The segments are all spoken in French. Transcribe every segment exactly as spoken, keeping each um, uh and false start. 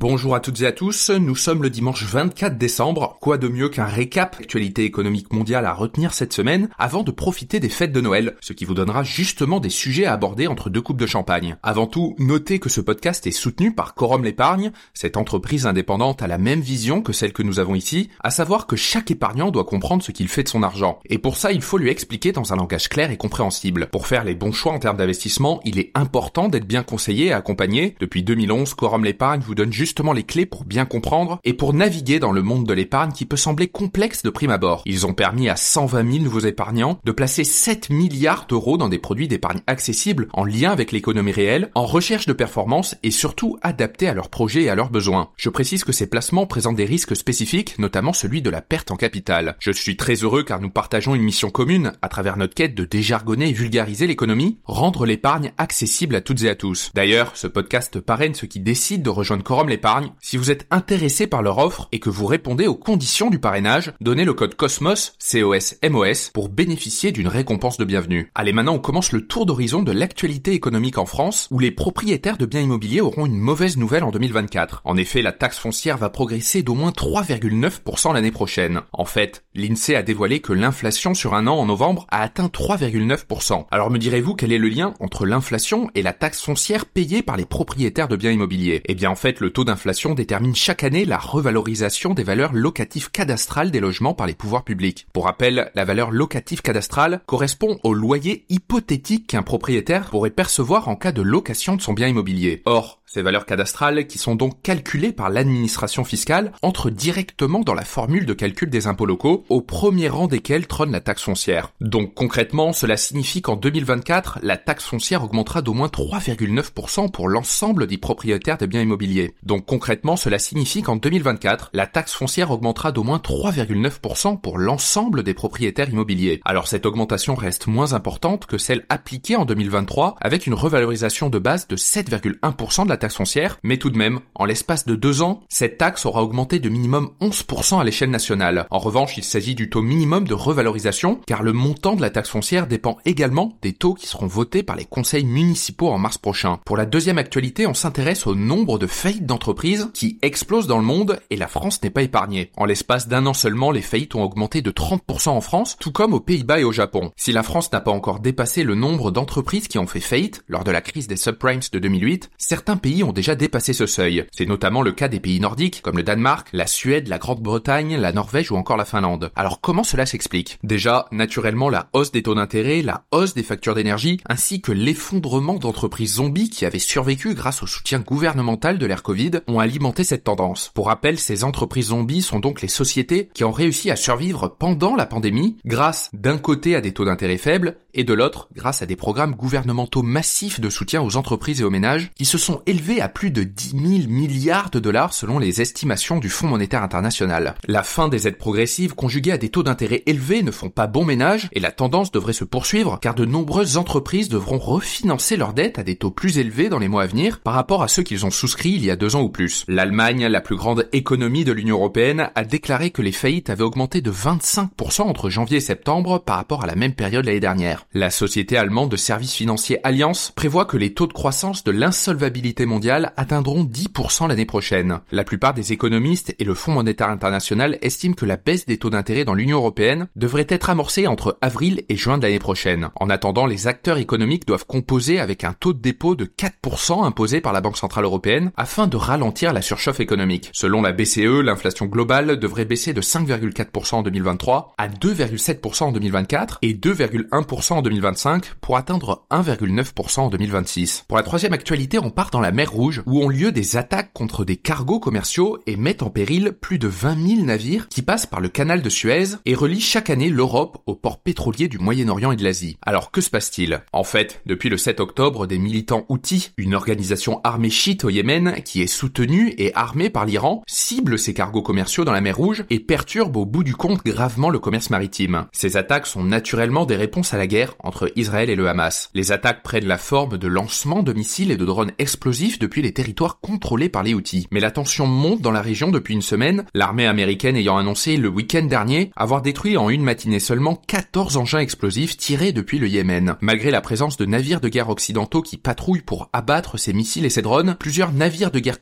Bonjour à toutes et à tous, nous sommes le dimanche vingt-quatre décembre. Quoi de mieux qu'un récap d'actualité économique mondiale à retenir cette semaine avant de profiter des fêtes de Noël, ce qui vous donnera justement des sujets à aborder entre deux coupes de champagne. Avant tout, notez que ce podcast est soutenu par Quorum l'Épargne. Cette entreprise indépendante a la même vision que celle que nous avons ici, à savoir que chaque épargnant doit comprendre ce qu'il fait de son argent. Et pour ça, il faut lui expliquer dans un langage clair et compréhensible. Pour faire les bons choix en termes d'investissement, il est important d'être bien conseillé et accompagné. Depuis deux mille onze, Quorum l'Épargne vous donne justement les clés pour bien comprendre et pour naviguer dans le monde de l'épargne qui peut sembler complexe de prime abord. Ils ont permis à cent vingt mille nouveaux épargnants de placer sept milliards d'euros dans des produits d'épargne accessibles en lien avec l'économie réelle, en recherche de performance et surtout adaptés à leurs projets et à leurs besoins. Je précise que ces placements présentent des risques spécifiques, notamment celui de la perte en capital. Je suis très heureux car nous partageons une mission commune à travers notre quête de déjargonner et vulgariser l'économie, rendre l'épargne accessible à toutes et à tous. D'ailleurs, ce podcast parraine ceux qui décident de rejoindre Quorum l'Épargne. Si vous êtes intéressé par leur offre et que vous répondez aux conditions du parrainage, donnez le code COSMOS, C O S M O S, pour bénéficier d'une récompense de bienvenue. Allez, maintenant on commence le tour d'horizon de l'actualité économique en France, où les propriétaires de biens immobiliers auront une mauvaise nouvelle en deux mille vingt-quatre. En effet, la taxe foncière va progresser d'au moins trois virgule neuf pour cent l'année prochaine. En fait, l'INSEE a dévoilé que l'inflation sur un an en novembre a atteint trois virgule neuf pour cent. Alors me direz-vous quel est le lien entre l'inflation et la taxe foncière payée par les propriétaires de biens immobiliers? Eh bien en fait, le taux d'inflation détermine chaque année la revalorisation des valeurs locatives cadastrales des logements par les pouvoirs publics. Pour rappel, la valeur locative cadastrale correspond au loyer hypothétique qu'un propriétaire pourrait percevoir en cas de location de son bien immobilier. Or, ces valeurs cadastrales, qui sont donc calculées par l'administration fiscale, entrent directement dans la formule de calcul des impôts locaux, au premier rang desquels trône la taxe foncière. Donc concrètement, cela signifie qu'en deux mille vingt-quatre, la taxe foncière augmentera d'au moins trois virgule neuf pour cent pour l'ensemble des propriétaires de biens immobiliers. Donc concrètement, cela signifie qu'en deux mille vingt-quatre, la taxe foncière augmentera d'au moins trois virgule neuf pour cent pour l'ensemble des propriétaires immobiliers. Alors cette augmentation reste moins importante que celle appliquée en deux mille vingt-trois, avec une revalorisation de base de sept virgule un pour cent de la taxe foncière, mais tout de même, en l'espace de deux ans, cette taxe aura augmenté de minimum onze pour cent à l'échelle nationale. En revanche, il s'agit du taux minimum de revalorisation, car le montant de la taxe foncière dépend également des taux qui seront votés par les conseils municipaux en mars prochain. Pour la deuxième actualité, on s'intéresse au nombre de faillites d'entreprises qui explosent dans le monde et la France n'est pas épargnée. En l'espace d'un an seulement, les faillites ont augmenté de trente pour cent en France, tout comme aux Pays-Bas et au Japon. Si la France n'a pas encore dépassé le nombre d'entreprises qui ont fait faillite lors de la crise des subprimes de deux mille huit, certains pays ont déjà dépassé ce seuil. C'est notamment le cas des pays nordiques, comme le Danemark, la Suède, la Grande-Bretagne, la Norvège ou encore la Finlande. Alors comment cela s'explique? Déjà, naturellement, la hausse des taux d'intérêt, la hausse des factures d'énergie, ainsi que l'effondrement d'entreprises zombies qui avaient survécu grâce au soutien gouvernemental de l'ère Covid, ont alimenté cette tendance. Pour rappel, ces entreprises zombies sont donc les sociétés qui ont réussi à survivre pendant la pandémie, grâce d'un côté à des taux d'intérêt faibles, et de l'autre, grâce à des programmes gouvernementaux massifs de soutien aux entreprises et aux ménages, qui se sont élevés à plus de dix mille milliards de dollars selon les estimations du Fonds monétaire international. La fin des aides progressives conjuguées à des taux d'intérêt élevés ne font pas bon ménage, et la tendance devrait se poursuivre, car de nombreuses entreprises devront refinancer leurs dettes à des taux plus élevés dans les mois à venir par rapport à ceux qu'ils ont souscrits il y a deux ans ou plus. L'Allemagne, la plus grande économie de l'Union européenne, a déclaré que les faillites avaient augmenté de vingt-cinq pour cent entre janvier et septembre par rapport à la même période l'année dernière. La société allemande de services financiers Allianz prévoit que les taux de croissance de l'insolvabilité mondiale atteindront dix pour cent l'année prochaine. La plupart des économistes et le Fonds monétaire international estiment que la baisse des taux d'intérêt dans l'Union européenne devrait être amorcée entre avril et juin de l'année prochaine. En attendant, les acteurs économiques doivent composer avec un taux de dépôt de quatre pour cent imposé par la Banque centrale européenne afin de ralentir la surchauffe économique. Selon la B C E, l'inflation globale devrait baisser de cinq virgule quatre pour cent en deux mille vingt-trois à deux virgule sept pour cent en deux mille vingt-quatre et deux virgule un pour cent en deux mille vingt-cinq pour atteindre un virgule neuf pour cent en deux mille vingt-six. Pour la troisième actualité, on part dans la mer Rouge où ont lieu des attaques contre des cargos commerciaux et mettent en péril plus de vingt mille navires qui passent par le canal de Suez et relient chaque année l'Europe aux ports pétroliers du Moyen-Orient et de l'Asie. Alors que se passe-t-il? En fait, depuis le sept octobre, des militants Houthis, une organisation armée chiite au Yémen qui est soutenue et armée par l'Iran, ciblent ces cargos commerciaux dans la mer Rouge et perturbent au bout du compte gravement le commerce maritime. Ces attaques sont naturellement des réponses à la guerre entre Israël et le Hamas. Les attaques prennent la forme de lancements de missiles et de drones explosifs depuis les territoires contrôlés par les Houthis. Mais la tension monte dans la région depuis une semaine, l'armée américaine ayant annoncé le week-end dernier avoir détruit en une matinée seulement quatorze engins explosifs tirés depuis le Yémen. Malgré la présence de navires de guerre occidentaux qui patrouillent pour abattre ces missiles et ces drones, plusieurs navires de guerre commerciaux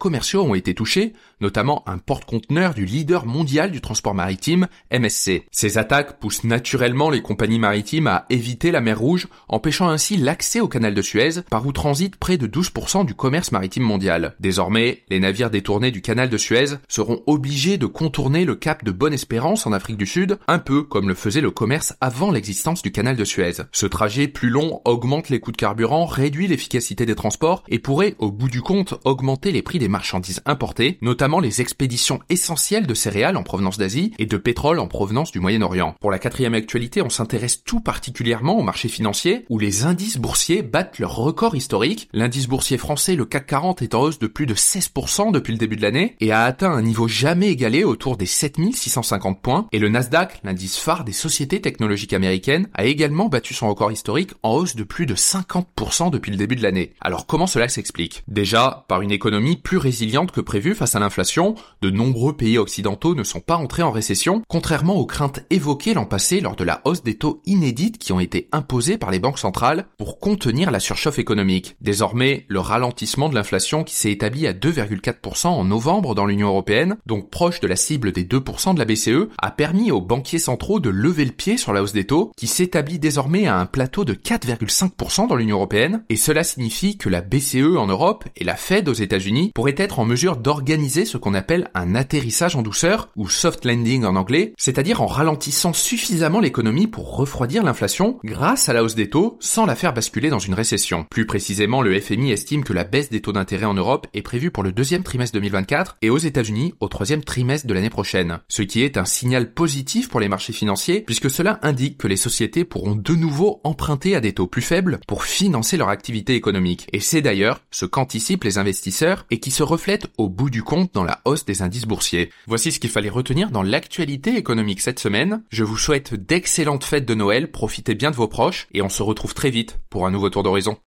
commerciaux ont été touchés, notamment un porte-conteneur du leader mondial du transport maritime, M S C. Ces attaques poussent naturellement les compagnies maritimes à éviter la mer Rouge, empêchant ainsi l'accès au canal de Suez, par où transite près de douze pour cent du commerce maritime mondial. Désormais, les navires détournés du canal de Suez seront obligés de contourner le cap de Bonne-Espérance en Afrique du Sud, un peu comme le faisait le commerce avant l'existence du canal de Suez. Ce trajet plus long augmente les coûts de carburant, réduit l'efficacité des transports et pourrait, au bout du compte, augmenter les prix des marchandises importées, notamment les expéditions essentielles de céréales en provenance d'Asie et de pétrole en provenance du Moyen-Orient. Pour la quatrième actualité, on s'intéresse tout particulièrement aux marchés financiers, où les indices boursiers battent leur record historique. L'indice boursier français, le C A C quarante, est en hausse de plus de seize pour cent depuis le début de l'année et a atteint un niveau jamais égalé autour des sept mille six cent cinquante points. Et le Nasdaq, l'indice phare des sociétés technologiques américaines, a également battu son record historique en hausse de plus de cinquante pour cent depuis le début de l'année. Alors comment cela s'explique ? Déjà, par une économie plus résiliente que prévu face à l'inflation, de nombreux pays occidentaux ne sont pas entrés en récession, contrairement aux craintes évoquées l'an passé lors de la hausse des taux inédites qui ont été imposés par les banques centrales pour contenir la surchauffe économique. Désormais, le ralentissement de l'inflation qui s'est établi à deux virgule quatre pour cent en novembre dans l'Union européenne, donc proche de la cible des deux pour cent de la B C E, a permis aux banquiers centraux de lever le pied sur la hausse des taux, qui s'établit désormais à un plateau de quatre virgule cinq pour cent dans l'Union européenne, et cela signifie que la B C E en Europe et la Fed aux États-Unis pourraient être en mesure d'organiser ce qu'on appelle un atterrissage en douceur, ou soft landing en anglais, c'est-à-dire en ralentissant suffisamment l'économie pour refroidir l'inflation grâce à la hausse des taux sans la faire basculer dans une récession. Plus précisément, le F M I estime que la baisse des taux d'intérêt en Europe est prévue pour le deuxième trimestre deux mille vingt-quatre et aux États-Unis au troisième trimestre de l'année prochaine, ce qui est un signal positif pour les marchés financiers puisque cela indique que les sociétés pourront de nouveau emprunter à des taux plus faibles pour financer leur activité économique. Et c'est d'ailleurs ce qu'anticipent les investisseurs et qui se reflète au bout du compte dans la hausse des indices boursiers. Voici ce qu'il fallait retenir dans l'actualité économique cette semaine. Je vous souhaite d'excellentes fêtes de Noël, profitez bien de vos proches et on se retrouve très vite pour un nouveau tour d'horizon.